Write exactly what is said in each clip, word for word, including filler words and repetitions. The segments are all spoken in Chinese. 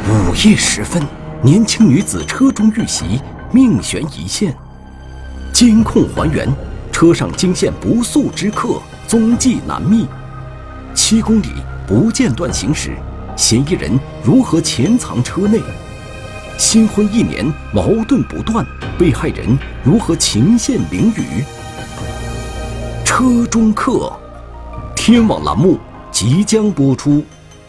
午夜时分，年轻女子车中遇袭，命悬一线。监控还原，车上惊现不速之客，踪迹难觅。七公里不间断行驶，嫌疑人如何潜藏车内？新婚一年，矛盾不断，被害人如何情陷囹圄？车中客，天网栏目即将播出。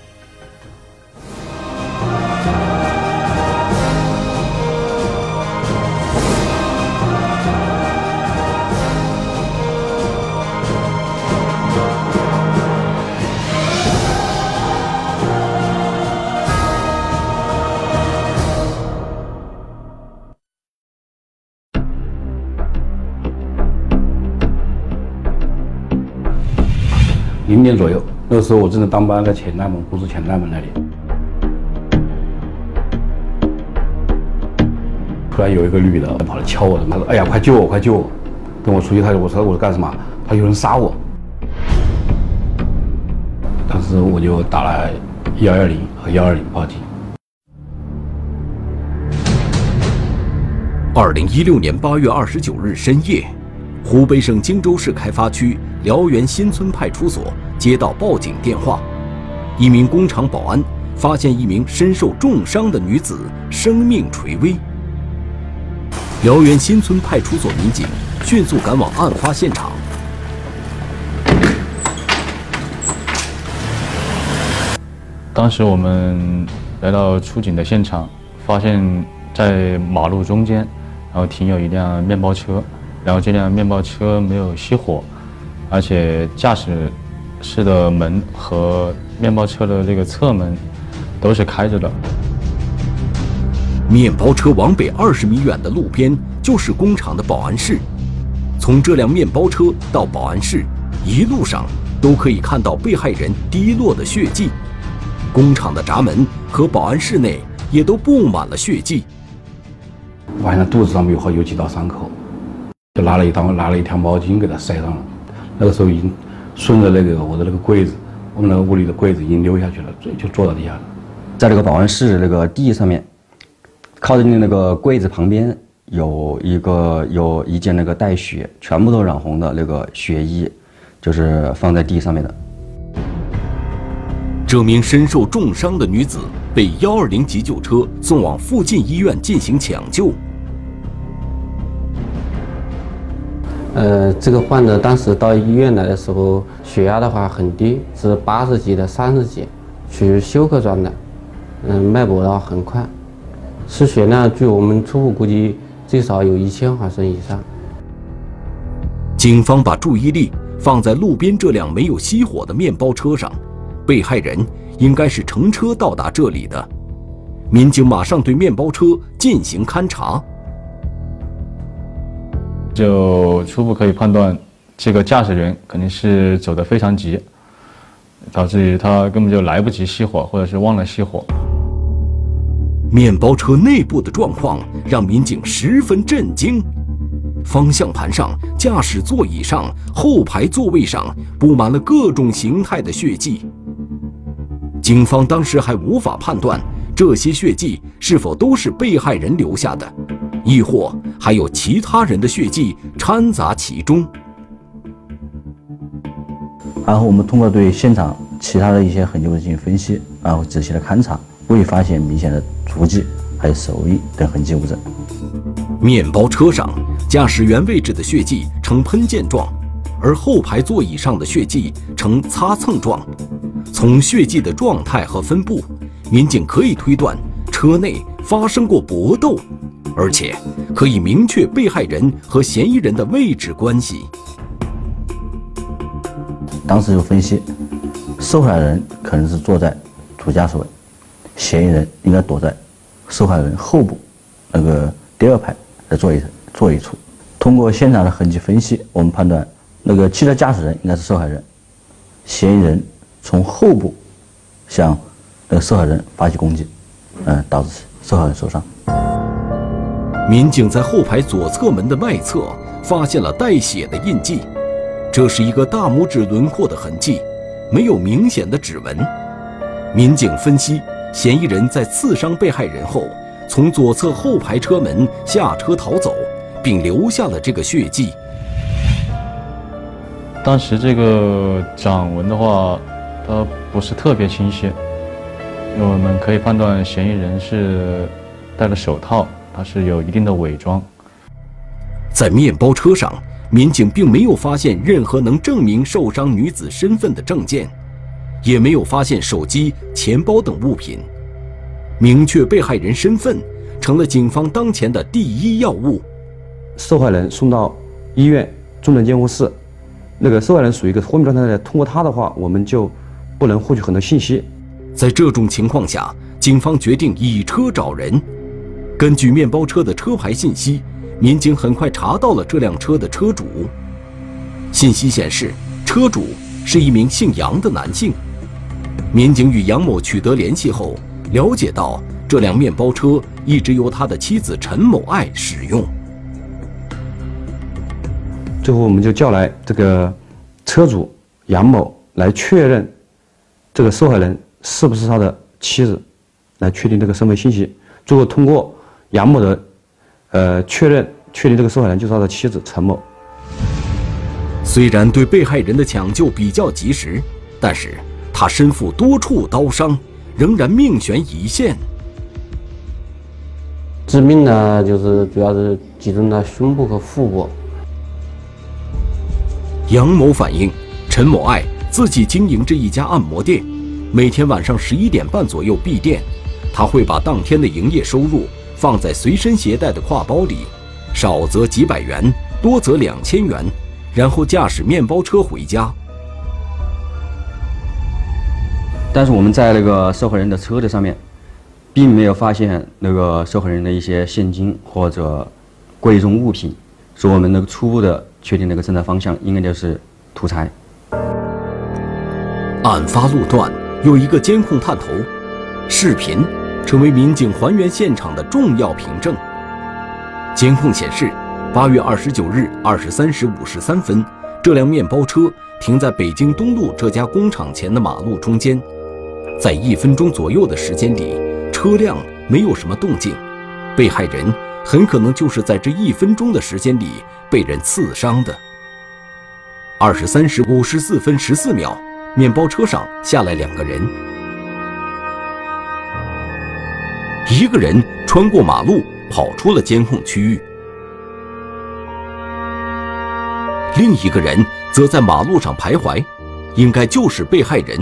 零点左右，那个时候我正在当班，在前大门，不是前大门那里。突然有一个女的跑来敲我的门，她说：“哎呀，快救我，快救我！”等我出去，她说：“我说我说干什么？”她说：“有人杀我。”当时我就打了幺幺零和幺二零报警。 二零一六年八月二十九日深夜，湖北省荆州市开发区辽源新村派出所接到报警电话，一名工厂保安发现一名身受重伤的女子生命垂危。辽源新村派出所民警迅速赶往案发现场。 当时我们来到出警的现场，发现在马路中间，然后停有一辆面包车。然后这辆面包车没有熄火，而且驾驶室的门和面包车的这个侧门都是开着的。 面包车往北二十米远的路边就是工厂的保安室，从这辆面包车到保安室，一路上都可以看到被害人滴落的血迹。工厂的闸门和保安室内也都布满了血迹。 发现肚子上面有好有几道伤口。就拿了一条拿了一条毛巾给他塞上了，那个时候已经顺着那个我的那个柜子，我们那个屋里的柜子已经溜下去了，就坐到地下了。 在这个保安室那个地上面，靠近那个柜子旁边有一个有一件那个带血、全部都染红的那个血衣，就是放在地上面的。 这名身受重伤的女子被幺二零急救车送往附近医院进行抢救。 呃，这个患者当时到医院来的时候，血压的话很低，是八十几的三十几，处于休克状态。嗯，脉搏的话很快，失血量据我们初步估计最少有一千毫升以上。 警方把注意力放在路边这辆没有熄火的面包车上，被害人应该是乘车到达这里的。民警马上对面包车进行勘查。 就初步可以判断，这个驾驶员肯定是走得非常急，导致于他根本就来不及熄火，或者是忘了熄火。 面包车内部的状况让民警十分震惊，方向盘上、驾驶座椅上、后排座位上布满了各种形态的血迹。警方当时还无法判断这些血迹是否都是被害人留下的，亦或还有其他人的血迹掺杂其中。 然后我们通过对现场其他的一些痕迹进行分析，然后仔细的勘查，未发现明显的足迹还有手印等痕迹物证。 面包车上驾驶员位置的血迹呈喷溅状，而后排座椅上的血迹呈擦蹭状。从血迹的状态和分布，民警可以推断车内发生过搏斗，而且可以明确被害人和嫌疑人的位置关系。 当时就分析，受害人可能是坐在主驾驶位，嫌疑人应该躲在受害人后部那个第二排的座椅座椅处。通过现场的痕迹分析，我们判断那个汽车驾驶人应该是受害人，嫌疑人从后部向那个受害人发起攻击，嗯，导致受害人受伤。 民警在后排左侧门的外侧发现了带血的印记，这是一个大拇指轮廓的痕迹，没有明显的指纹。民警分析， 嫌疑人在刺伤被害人后，从左侧后排车门下车逃走，并留下了这个血迹。 当时这个掌纹的话，它不是特别清晰，因为我们可以判断嫌疑人是戴了手套，他是有一定的伪装。 在面包车上，民警并没有发现任何能证明受伤女子身份的证件，也没有发现手机、钱包等物品。明确被害人身份成了警方当前的第一要务。 受害人送到医院重症监护室，那个受害人属于一个昏迷状态的，通过他的话，我们就不能获取很多信息。 在这种情况下，警方决定以车找人。根据面包车的车牌信息，民警很快查到了这辆车的车主。信息显示，车主是一名姓杨的男性。民警与杨某取得联系后，了解到这辆面包车一直由他的妻子陈某爱使用。 最后，我们就叫来这个车主杨某来确认这个受害人是不是他的妻子，来确定这个身份信息。最后通过杨某的呃确认，确定这个受害人就是他的妻子陈某。 虽然对被害人的抢救比较及时，但是他身负多处刀伤，仍然命悬一线。 致命呢，就是主要是集中在胸部和腹部。 杨某反映，陈某爱自己经营着一家按摩店，每天晚上十一点半左右闭店，他会把当天的营业收入放在随身携带的挎包里，少则几百元，多则两千元，然后驾驶面包车回家。 但是我们在那个受害人的车子上面，并没有发现那个受害人的一些现金或者贵重物品，所以我们那个初步的确定那个侦查方向应该就是图财。 案发路段有一个监控探头，视频成为民警还原现场的重要凭证。监控显示，八月二十九日二十三时五十三分，这辆面包车停在北京东路这家工厂前的马路中间。在一分钟左右的时间里，车辆没有什么动静，被害人很可能就是在这一分钟的时间里被人刺伤的。二十三时五十四分十四秒，面包车上下来两个人，一个人穿过马路跑出了监控区域，另一个人则在马路上徘徊，应该就是被害人。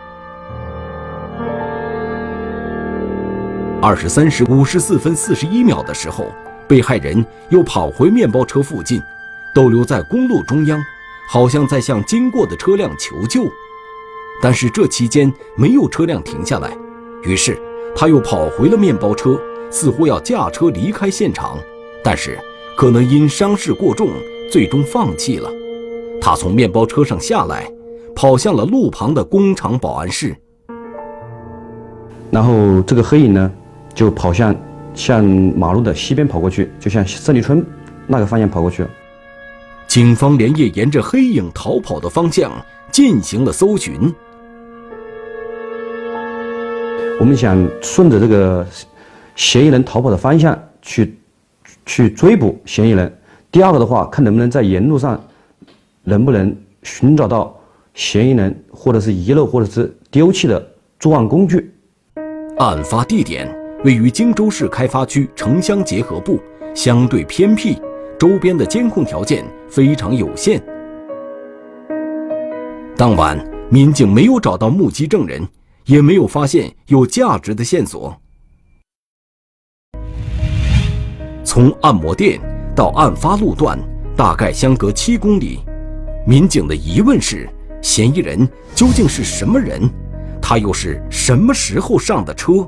二十三时五十四分四十一秒的时候，被害人又跑回面包车附近，逗留在公路中央，好像在向经过的车辆求救。但是这期间没有车辆停下来，于是他又跑回了面包车，似乎要驾车离开现场，但是可能因伤势过重，最终放弃了。他从面包车上下来，跑向了路旁的工厂保安室。 然后这个黑影呢，就跑向向马路的西边跑过去，就向胜利村那个方向跑过去了。 警方连夜沿着黑影逃跑的方向进行了搜寻。 我们想顺着这个嫌疑人逃跑的方向去去追捕嫌疑人。第二个的话，看能不能在沿路上能不能寻找到嫌疑人，或者是遗漏或者是丢弃的作案工具。 案发地点位于荆州市开发区城乡结合部，相对偏僻，周边的监控条件非常有限。当晚，民警没有找到目击证人，也没有发现有价值的线索。从按摩店到案发路段大概相隔七公里，民警的疑问是：嫌疑人究竟是什么人？他又是什么时候上的车？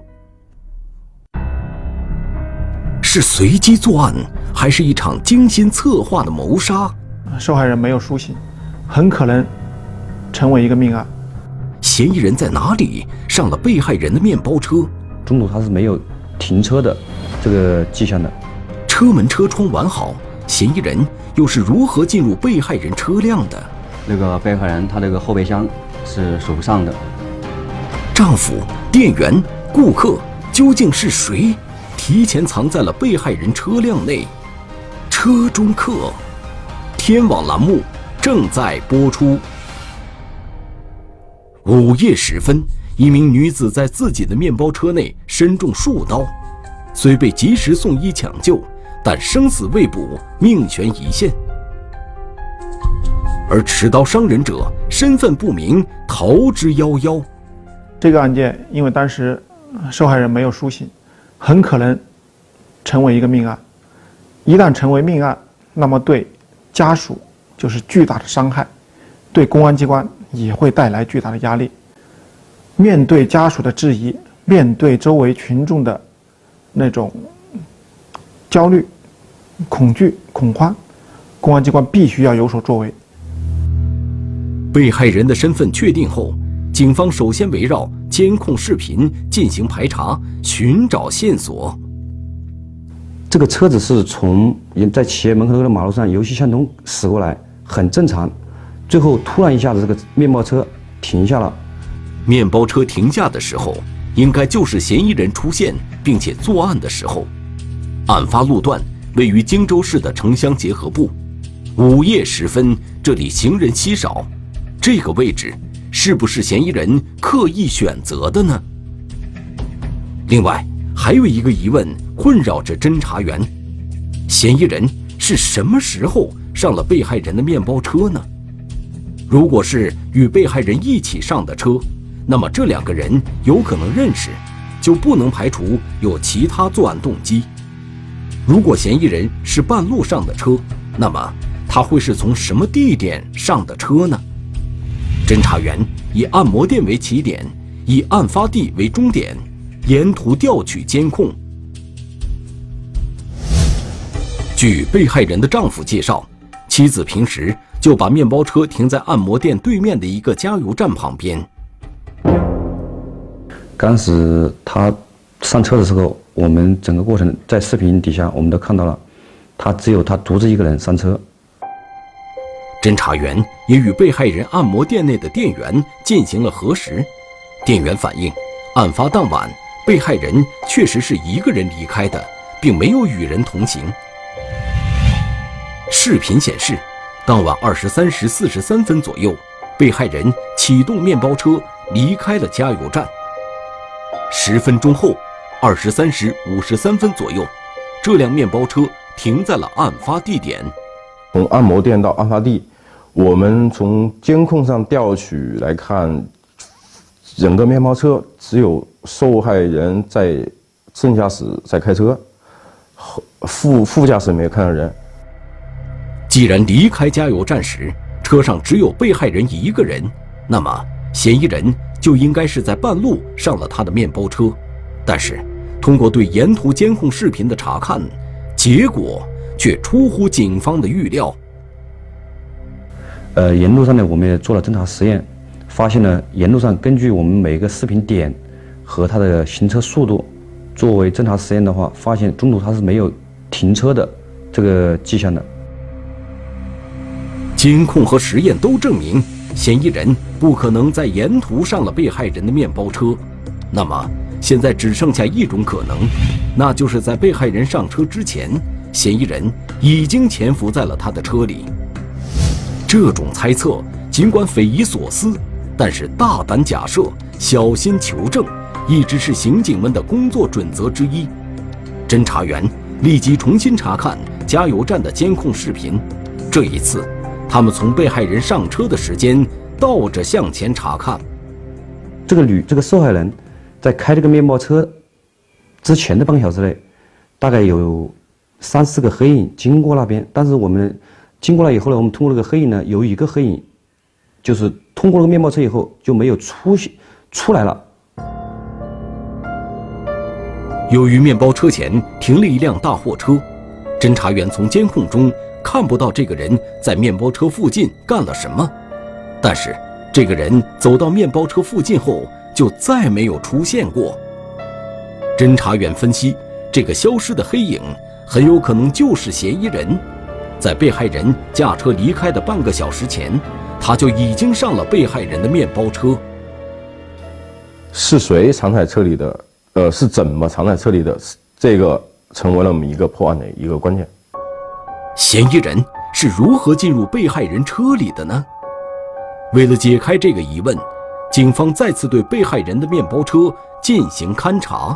是随机作案，还是一场精心策划的谋杀？ 受害人没有苏醒，很可能成为一个命案。 嫌疑人在哪里上了被害人的面包车？ 中途他是没有停车的这个迹象的。 车门车窗完好，嫌疑人又是如何进入被害人车辆的？ 那个被害人他那个后备箱是锁不上的。 丈夫、店员顾客究竟是谁？提前藏在了被害人车辆内。车中客，天网栏目正在播出。午夜时分，一名女子在自己的面包车内身中数刀，虽被及时送医抢救，但生死未卜，命悬一线。而持刀伤人者身份不明，逃之夭夭。 这个案件因为当时受害人没有苏醒，很可能成为一个命案。一旦成为命案，那么对家属就是巨大的伤害，对公安机关也会带来巨大的压力。面对家属的质疑，面对周围群众的那种焦虑、恐惧、恐慌，公安机关必须要有所作为。 被害人的身份确定后，警方首先围绕监控视频进行排查，寻找线索。 这个车子是从在企业门口的马路上由西向东驶过来，很正常。最后突然一下子，这个面包车停下了。 面包车停下的时候，应该就是嫌疑人出现并且作案的时候。案发路段位于荆州市的城乡结合部，午夜时分，这里行人稀少，这个位置是不是嫌疑人刻意选择的呢？另外，还有一个疑问困扰着侦查员：嫌疑人是什么时候上了被害人的面包车呢？如果是与被害人一起上的车，那么这两个人有可能认识，就不能排除有其他作案动机。如果嫌疑人是半路上的车，那么他会是从什么地点上的车呢？侦查员以按摩店为起点，以案发地为终点，沿途调取监控。据被害人的丈夫介绍，妻子平时就把面包车停在按摩店对面的一个加油站旁边。 当时他上车的时候，我们整个过程在视频底下我们都看到了，他只有他独自一个人上车。 侦查员也与被害人按摩店内的店员进行了核实，店员反映，案发当晚被害人确实是一个人离开的，并没有与人同行。视频显示，当晚二十三时四十三分左右，被害人启动面包车离开了加油站。十分钟后，二十三时五十三分左右，这辆面包车停在了案发地点。 从按摩店到案发地，我们从监控上调取来看，整个面包车只有受害人在正驾驶在开车，副副驾驶没有看到人。 既然离开加油站时车上只有被害人一个人，那么嫌疑人就应该是在半路上了他的面包车。但是通过对沿途监控视频的查看，结果却出乎警方的预料。 呃，沿路上呢，我们也做了侦查实验，发现了沿路上根据我们每个视频点和它的行车速度作为侦查实验的话，发现中途它是没有停车的这个迹象的。 监控和实验都证明，嫌疑人不可能在沿途上了被害人的面包车。那么现在只剩下一种可能，那就是在被害人上车之前，嫌疑人已经潜伏在了他的车里。这种猜测尽管匪夷所思，但是大胆假设，小心求证，一直是刑警们的工作准则之一。侦查员立即重新查看加油站的监控视频，这一次他们从被害人上车的时间倒着向前查看。 这个女这个受害人在开这个面包车之前的半个小时内，大概有三四个黑影经过那边，但是我们经过了以后呢，我们通过那个黑影呢，有一个黑影就是通过那个面包车以后就没有出出来了。 由于面包车前停了一辆大货车，侦查员从监控中看不到这个人在面包车附近干了什么，但是这个人走到面包车附近后就再没有出现过。侦查员分析，这个消失的黑影很有可能就是嫌疑人。在被害人驾车离开的半个小时前，他就已经上了被害人的面包车。 是谁藏在车里的？ 呃，是怎么藏在车里的？这个成为了我们一个破案的一个关键。 嫌疑人是如何进入被害人车里的呢？为了解开这个疑问，警方再次对被害人的面包车进行勘查。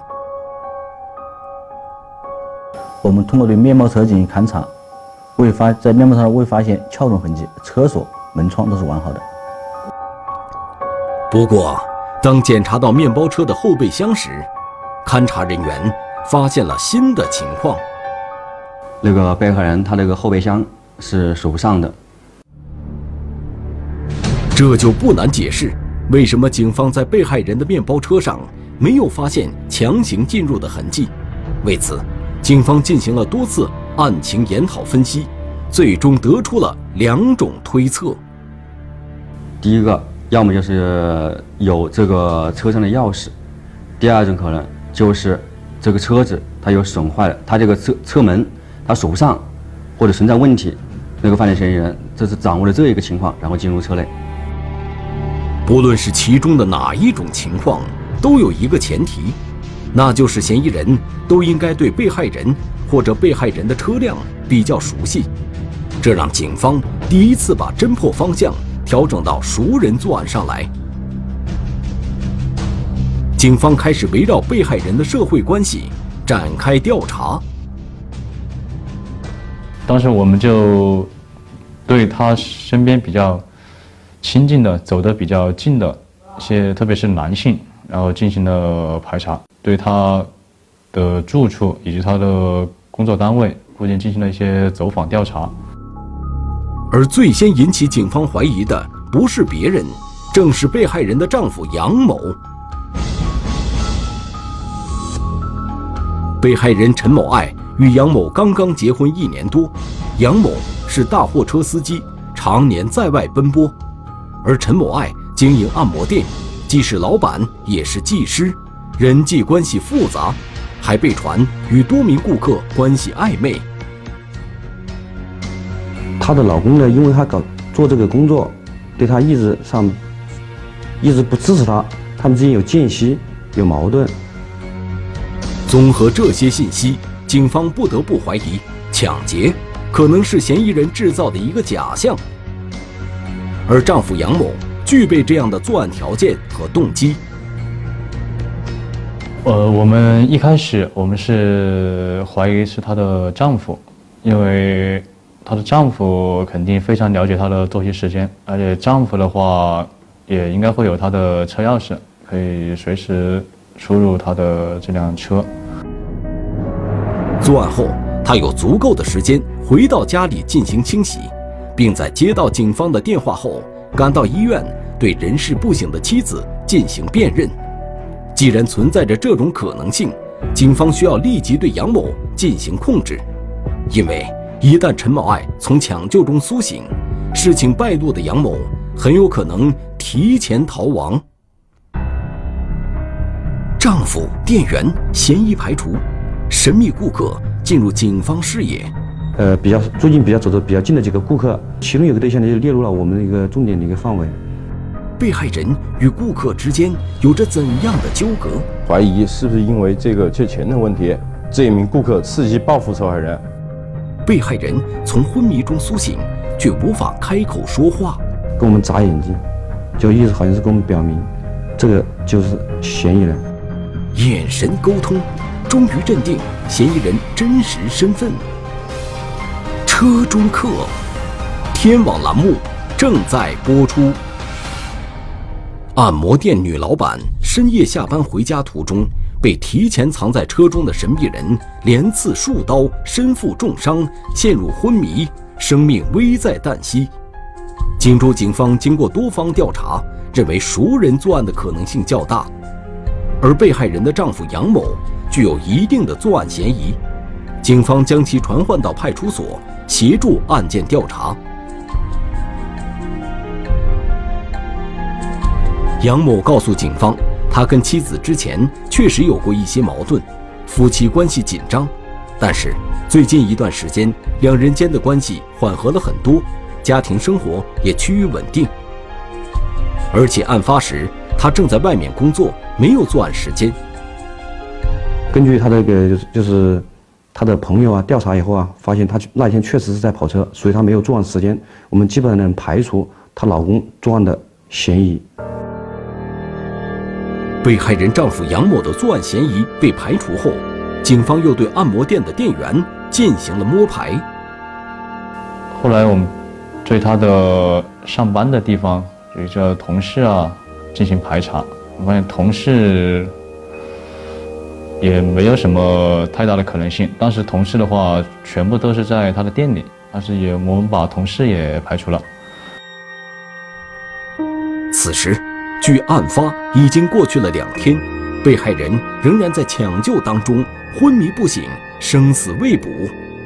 我们通过对面包车进行勘查，未发在面包车上未发现撬动痕迹，车锁、门窗都是完好的。 不过，当检查到面包车的后备箱时，勘查人员发现了新的情况。 那个被害人他那个后备箱是手上的， 这就不难解释为什么警方在被害人的面包车上没有发现强行进入的痕迹。为此，警方进行了多次案情研讨分析，最终得出了两种推测。 第一个，要么就是有这个车上的钥匙；第二种可能就是这个车子它有损坏了，它这个车车门它锁不上或者存在问题，那个犯罪嫌疑人这是掌握了这一个情况，然后进入车内。 不论是其中的哪一种情况，都有一个前提，那就是嫌疑人都应该对被害人或者被害人的车辆比较熟悉，这让警方第一次把侦破方向调整到熟人作案上来。警方开始围绕被害人的社会关系展开调查。 当时我们就对他身边比较亲近的、走得比较近的一些，特别是男性，然后进行了排查，对他的住处以及他的工作单位附近进行了一些走访调查。 而最先引起警方怀疑的不是别人，正是被害人的丈夫杨某。被害人陈某爱与杨某刚刚结婚一年多，杨某是大货车司机，常年在外奔波，而陈某爱经营按摩店，既是老板也是技师，人际关系复杂，还被传与多名顾客关系暧昧。 她的老公呢，因为她搞做这个工作，对她一直上一直不支持她，他们之间有间隙，有矛盾。 综合这些信息，警方不得不怀疑抢劫可能是嫌疑人制造的一个假象，而丈夫杨某具备这样的作案条件和动机。 呃，我们一开始我们是怀疑是她的丈夫，因为她的丈夫肯定非常了解她的作息时间，而且丈夫的话也应该会有她的车钥匙，可以随时出入她的这辆车。 作案后，他有足够的时间回到家里进行清洗，并在接到警方的电话后，赶到医院对人事不省的妻子进行辨认。既然存在着这种可能性，警方需要立即对杨某进行控制，因为一旦陈某爱从抢救中苏醒，事情败露的杨某很有可能提前逃亡。丈夫、店员嫌疑排除，神秘顾客进入警方视野。 呃，比较最近比较走得比较近的几个顾客，其中有个对象呢就列入了我们的一个重点的一个范围。 被害人与顾客之间有着怎样的纠葛？ 怀疑是不是因为这个借钱的问题，这名顾客伺机报复受害人。 被害人从昏迷中苏醒，却无法开口说话， 跟我们眨眼睛，就意思好像是跟我们表明，这个就是嫌疑人。 眼神沟通，终于认定嫌疑人真实身份。车中客，天网栏目正在播出。按摩店女老板深夜下班回家途中，被提前藏在车中的神秘人连刺数刀，身负重伤，陷入昏迷，生命危在旦夕。荆州警方经过多方调查，认为熟人作案的可能性较大，而被害人的丈夫杨某具有一定的作案嫌疑，警方将其传唤到派出所协助案件调查。杨某告诉警方，他跟妻子之前确实有过一些矛盾，夫妻关系紧张，但是最近一段时间两人间的关系缓和了很多，家庭生活也趋于稳定。而且案发时他正在外面工作，没有作案时间。 根据他的个就是就是他的朋友啊调查以后啊，发现他那天确实是在跑车，所以他没有作案时间。我们基本上能排除她老公作案的嫌疑。 被害人丈夫杨某的作案嫌疑被排除后，警方又对按摩店的店员进行了摸排。 后来我们对他的上班的地方，有一个同事啊进行排查，我发现同事也没有什么太大的可能性。当时同事的话，全部都是在他的店里，但是也我们把同事也排除了。 此时，距案发已经过去了两天，被害人仍然在抢救当中昏迷不醒，生死未卜，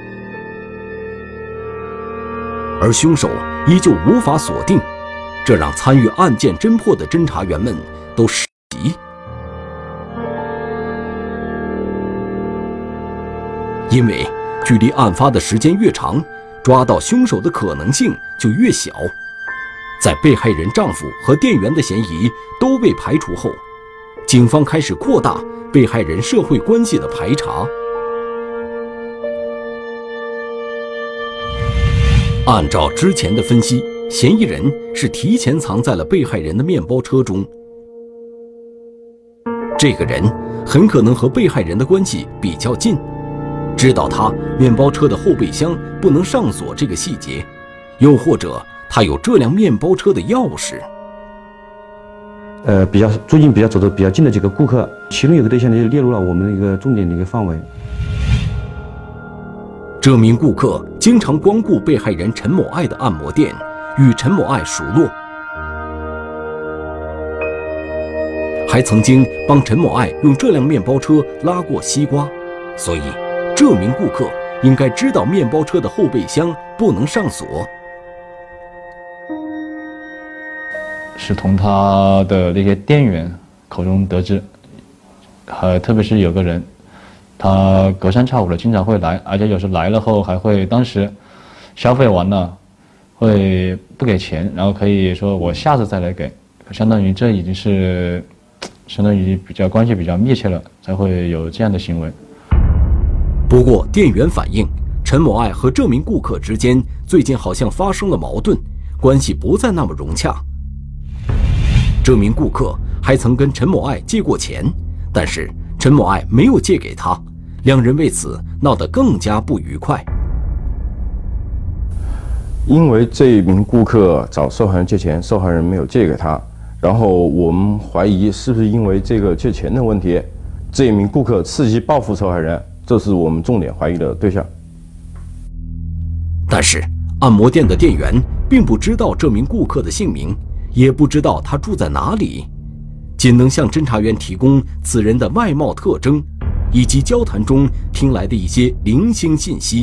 而凶手依旧无法锁定，这让参与案件侦破的侦查员们都失急。因为距离案发的时间越长，抓到凶手的可能性就越小。在被害人丈夫和店员的嫌疑都被排除后，警方开始扩大被害人社会关系的排查。按照之前的分析，嫌疑人是提前藏在了被害人的面包车中。这个人很可能和被害人的关系比较近，知道他面包车的后备箱不能上锁这个细节，又或者他有这辆面包车的钥匙。 呃，比较最近比较走得比较近的几个顾客，其中有个对象呢就列入了我们的一个重点的一个范围。 这名顾客经常光顾被害人陈某爱的按摩店，与陈某爱熟络，还曾经帮陈某爱用这辆面包车拉过西瓜，所以这名顾客应该知道面包车的后备箱不能上锁。 是从他的那些店员口中得知，呃，特别是有个人，他隔三差五的经常会来，而且有时来了后还会当时消费完了，会不给钱，然后可以说我下次再来给，相当于这已经是相当于比较关系比较密切了，才会有这样的行为。 不过店员反映，陈某爱和这名顾客之间最近好像发生了矛盾，关系不再那么融洽。这名顾客还曾跟陈某爱借过钱，但是陈某爱没有借给他，两人为此闹得更加不愉快。 因为这名顾客找受害人借钱，受害人没有借给他，然后我们怀疑是不是因为这个借钱的问题，这名顾客伺机报复受害人，这是我们重点怀疑的对象。 但是按摩店的店员并不知道这名顾客的姓名，也不知道他住在哪里，仅能向侦查员提供此人的外貌特征，以及交谈中听来的一些零星信息。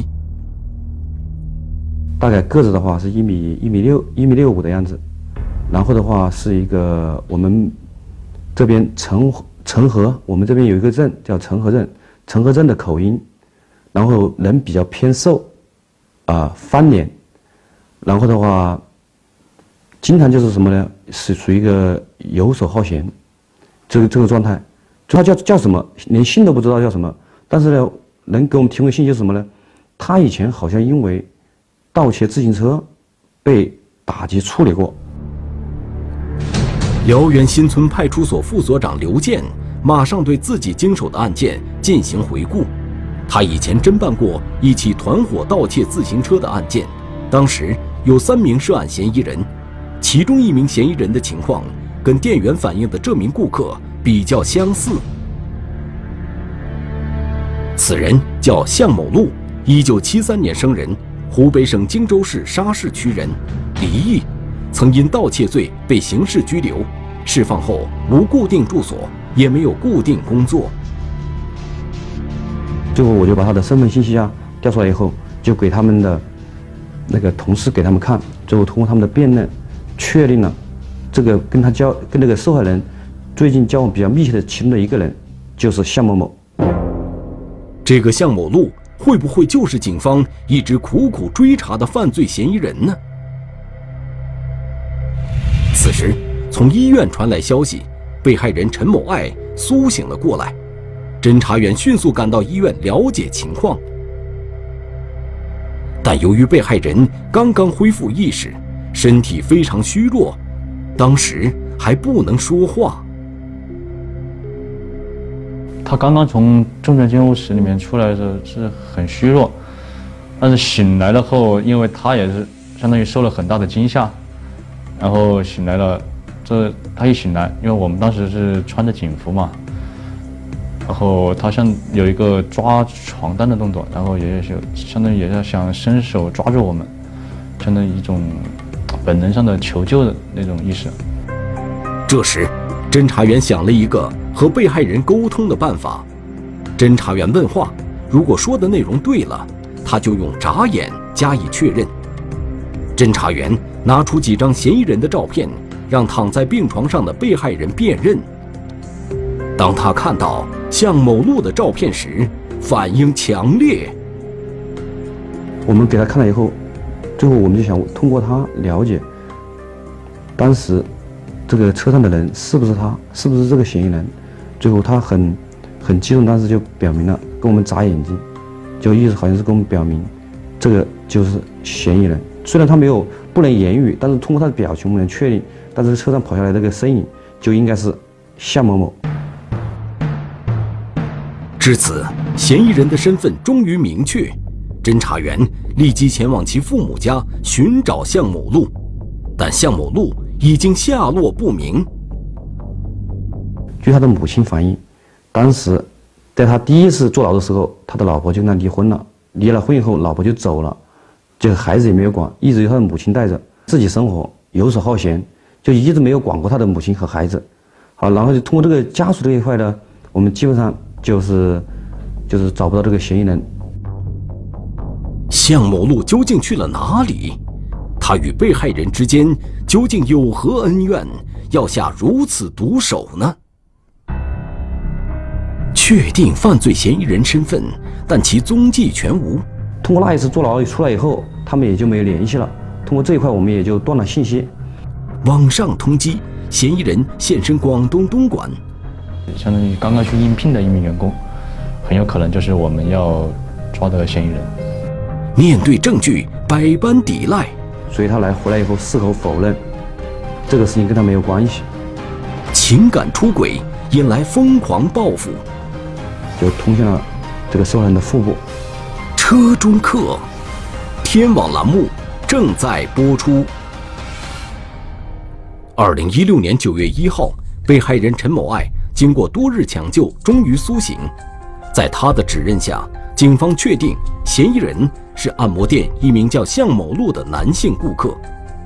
大概个子的话是一米一米六一米六五的样子，然后的话是一个我们这边成成河，我们这边有一个镇叫成河镇，成河镇的口音，然后人比较偏瘦，啊、呃、翻脸，然后的话。经常就是什么呢？是属于一个游手好闲，这个这个状态。他叫叫什么？连姓都不知道叫什么。但是呢，能给我们提供信息是什么呢？他以前好像因为盗窃自行车被打击处理过。 辽源新村派出所副所长刘健马上对自己经手的案件进行回顾。他以前侦办过一起团伙盗窃自行车的案件，当时有三名涉案嫌疑人。其中一名嫌疑人的情况跟店员反映的这名顾客比较相似。此人叫向某路，一九七三年生人，湖北省荆州市沙市区人，离异，曾因盗窃罪被刑事拘留，释放后无固定住所，也没有固定工作。 最后我就把他的身份信息啊调出来以后，就给他们的那个同事给他们看，最后通过他们的辨认。确定了，这个跟他交跟那个受害人最近交往比较密切的其中的一个人，就是向某某。 这个向某路会不会就是警方一直苦苦追查的犯罪嫌疑人呢？此时，从医院传来消息，被害人陈某爱苏醒了过来。 侦查员迅速赶到医院了解情况，但由于被害人刚刚恢复意识，身体非常虚弱，当时还不能说话。 他刚刚从重症监护室里面出来的时候是很虚弱，但是醒来了后，因为他也是相当于受了很大的惊吓，然后醒来了，这他一醒来，因为我们当时是穿着警服嘛。然后他像有一个抓床单的动作，然后也是相当于也是想伸手抓住我们，相当于一种本能上的求救的那种意识。 这时，侦查员想了一个和被害人沟通的办法。侦查员问话，如果说的内容对了，他就用眨眼加以确认。侦查员拿出几张嫌疑人的照片，让躺在病床上的被害人辨认。当他看到向某路的照片时，反应强烈。 我们给他看了以后，最后我们就想通过他了解，当时这个车上的人是不是他，是不是这个嫌疑人。最后他很很激动，当时就表明了，跟我们眨眼睛，就意思好像是跟我们表明，这个就是嫌疑人。虽然他没有不能言语，但是通过他的表情我们能确定，但是车上跑下来这个身影就应该是向某某。 至此，嫌疑人的身份终于明确，侦查员立即前往其父母家寻找向某路，但向某路已经下落不明。 据他的母亲反映，当时在他第一次坐牢的时候，他的老婆就跟他离婚了，离了婚以后，老婆就走了，这个孩子也没有管，一直由他的母亲带着，自己生活游手好闲，就一直没有管过他的母亲和孩子。好，然后就通过这个家属这一块呢，我们基本上就是就是找不到这个嫌疑人。 向某路究竟去了哪里？他与被害人之间究竟有何恩怨，要下如此毒手呢？确定犯罪嫌疑人身份，但其踪迹全无。 通过那一次坐牢出来以后，他们也就没有联系了。通过这一块，我们也就断了信息。 网上通缉，嫌疑人现身广东东莞， 相当于刚刚去应聘的一名员工，很有可能就是我们要抓的嫌疑人。 面对证据，百般抵赖， 所以他来回来以后矢口否认，这个事情跟他没有关系。 情感出轨引来疯狂报复， 就通向了这个受害人的腹部。 车中客，天网栏目正在播出。二零一六年九月一号，被害人陈某爱经过多日抢救，终于苏醒。在他的指认下，警方确定嫌疑人是按摩店一名叫向某路的男性顾客。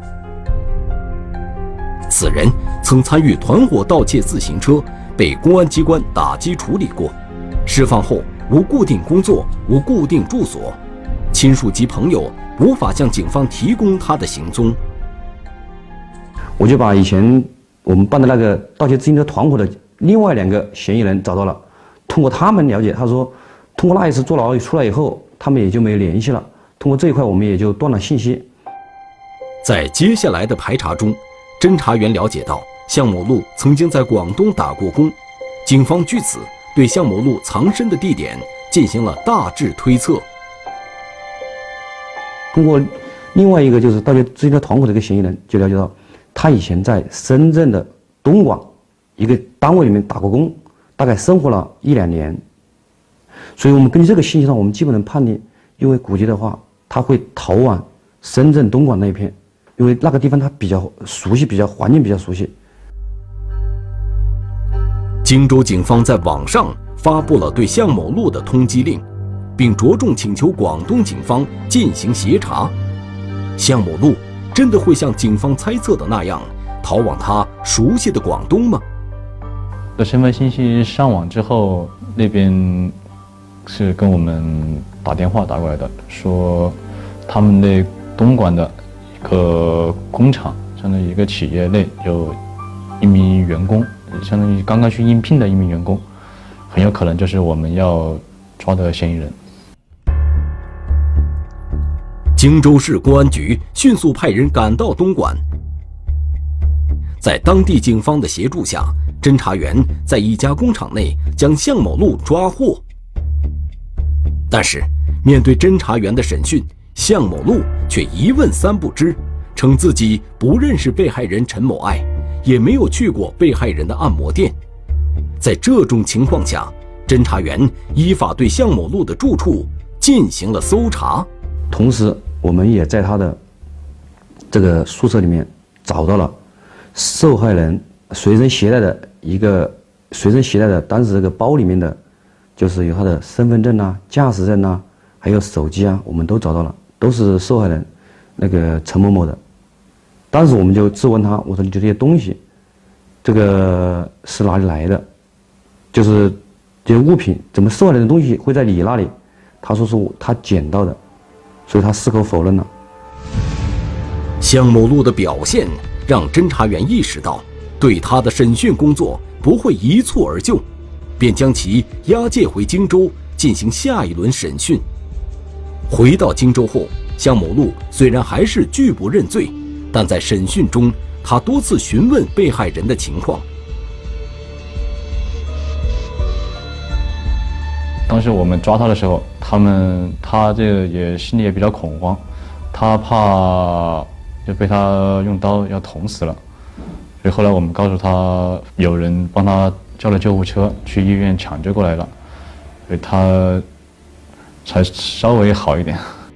此人曾参与团伙盗窃自行车，被公安机关打击处理过。释放后无固定工作，无固定住所，亲属及朋友无法向警方提供他的行踪。 我就把以前我们办的那个盗窃自行车团伙的另外两个嫌疑人找到了，通过他们了解，他说通过那一次坐牢出来以后，他们也就没有联系了。通过这一块，我们也就断了信息。 在接下来的排查中，侦查员了解到向某路曾经在广东打过工，警方据此对向某路藏身的地点进行了大致推测。 通过另外一个就是盗窃自行车团伙的一个嫌疑人，就了解到他以前在深圳的东莞一个单位里面打过工，大概生活了一两年。所以我们根据这个信息上，我们基本能判定，因为估计的话，他会逃往深圳东莞那一片，因为那个地方他比较熟悉，比较环境比较熟悉。 荆州警方在网上发布了对向某路的通缉令，并着重请求广东警方进行协查。向某路真的会像警方猜测的那样逃往他熟悉的广东吗？ 这身份信息上网之后，那边是跟我们打电话打过来的，说他们那东莞的一个工厂，相当于一个企业内有一名员工，相当于刚刚去应聘的一名员工，很有可能就是我们要抓的嫌疑人。 荆州市公安局迅速派人赶到东莞，在当地警方的协助下， 侦查员在一家工厂内将向某路抓获。但是，面对侦查员的审讯，向某路却一问三不知，称自己不认识被害人陈某爱，也没有去过被害人的按摩店。在这种情况下，侦查员依法对向某路的住处进行了搜查。 同时，我们也在他的这个宿舍里面找到了受害人随身携带的一个随身携带的，当时这个包里面的，就是有他的身份证啊、驾驶证啊，还有手机啊，我们都找到了，都是受害人那个陈某某的。当时我们就质问他，我说你这些东西，这个是哪里来的？就是这些物品，怎么受害人的东西会在你那里？他说是他捡到的，所以他矢口否认了。 向某路的表现让侦查员意识到，对他的审讯工作不会一蹴而就，便将其押解回荆州进行下一轮审讯。回到荆州后，向某路虽然还是拒不认罪，但在审讯中，他多次询问被害人的情况。 当时我们抓他的时候，他们他这个也心里也比较恐慌，他怕就被他用刀要捅死了，所以后来我们告诉他有人帮他叫了救护车去医院抢救过来了，所以他才稍微好一点。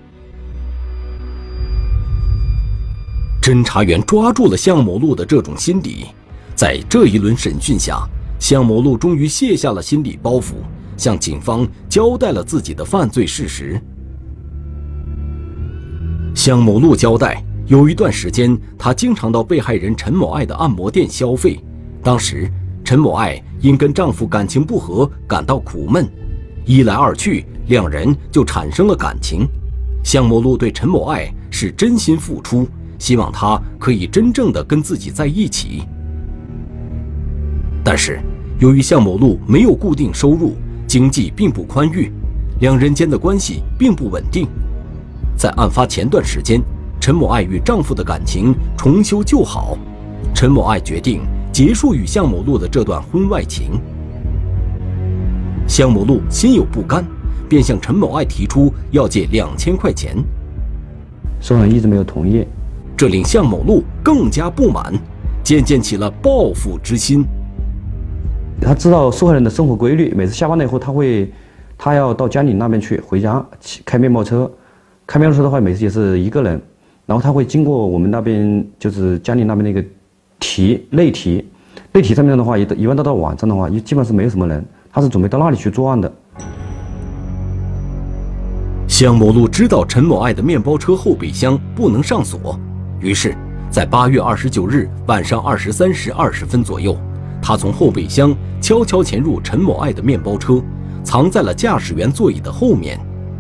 侦查员抓住了向某路的这种心理，在这一轮审讯下，向某路终于卸下了心理包袱，向警方交代了自己的犯罪事实。向某路交代，有一段时间，他经常到被害人陈某爱的按摩店消费。当时，陈某爱因跟丈夫感情不和，感到苦闷，一来二去，两人就产生了感情。向某路对陈某爱是真心付出，希望她可以真正的跟自己在一起。但是，由于向某路没有固定收入，经济并不宽裕，两人间的关系并不稳定。在案发前段时间，陈某爱与丈夫的感情重修旧好，陈某爱决定结束与向某路的这段婚外情。向某路心有不甘，便向陈某爱提出要借两千块钱。 受害人一直没有同意， 这令向某路更加不满，渐渐起了报复之心。 他知道受害人的生活规律，每次下班了以后，他会，他要到江宁那边去回家，开面包车，开面包车的话，每次也是一个人，然后他会经过我们那边，就是江宁那边那个堤内堤，内堤上面的话，一一般到到晚上的话，基本上是没有什么人，他是准备到那里去作案的。 向某路知道陈某爱的面包车后备箱不能上锁，于是，在八月二十九日晚上二十三时二十分左右，他从后备箱悄悄潜入陈某爱的面包车，藏在了驾驶员座椅的后面。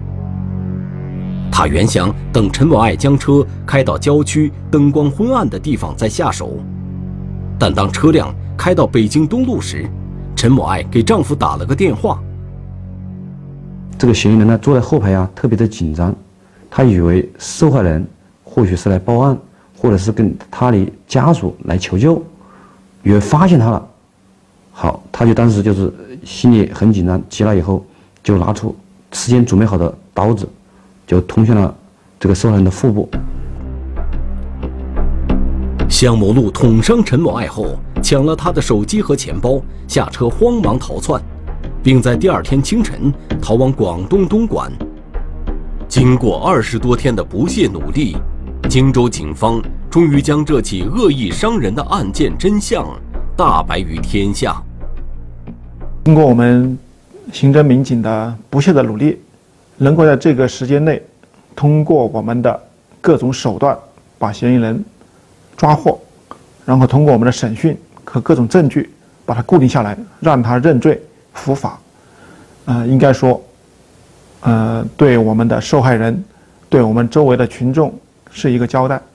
他原想等陈某爱将车开到郊区灯光昏暗的地方再下手，但当车辆开到北京东路时，陈某爱给丈夫打了个电话。 这个嫌疑人呢，坐在后排啊，特别的紧张，他以为受害人或许是来报案，或者是跟他的家属来求救，以为发现他了。好，他就当时就是心里很紧张，急了以后就拿出事先准备好的刀子，就捅向了这个受害人的腹部。 向某路捅伤陈某爱后，抢了他的手机和钱包，下车慌忙逃窜，并在第二天清晨逃往广东东莞。经过二十多天的不懈努力，荆州警方终于将这起恶意伤人的案件真相大白于天下。 经过我们刑侦民警的不懈的努力，能够在这个时间内，通过我们的各种手段把嫌疑人抓获，然后通过我们的审讯和各种证据把他固定下来，让他认罪伏法。呃，应该说，呃，对我们的受害人，对我们周围的群众是一个交代。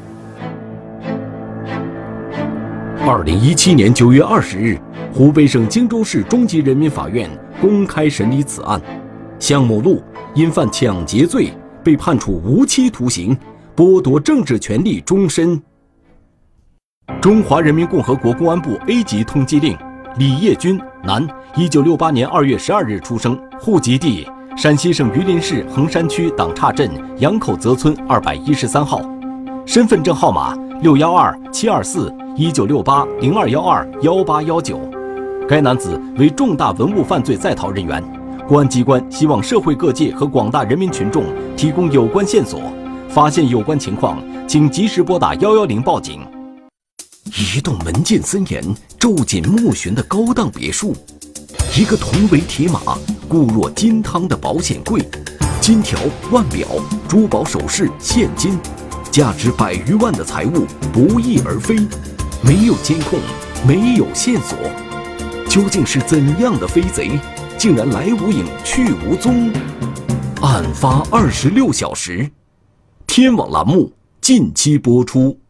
二零一七年九月二十日，湖北省荆州市中级人民法院公开审理此案。向某路因犯抢劫罪被判处无期徒刑，剥夺政治权利终身。中华人民共和国公安部 A 级通缉令李业军，男，一九六八年二月十二日出生，户籍地山西省榆林市横山区党岔镇杨口泽村二百一十三号，身份证号码六幺二七二四一九六八零二幺二幺八幺九。该男子为重大文物犯罪在逃人员，公安机关希望社会各界和广大人民群众提供有关线索，发现有关情况，请及时拨打幺幺零报警。一栋门禁森严、皱紧木巡的高档别墅，一个铜为铁马、固若金汤的保险柜，金条、腕表、珠宝首饰、现金，价值百余万的财物不翼而飞，没有监控，没有线索，究竟是怎样的飞贼，竟然来无影去无踪？案发二十六小时，天网栏目近期播出。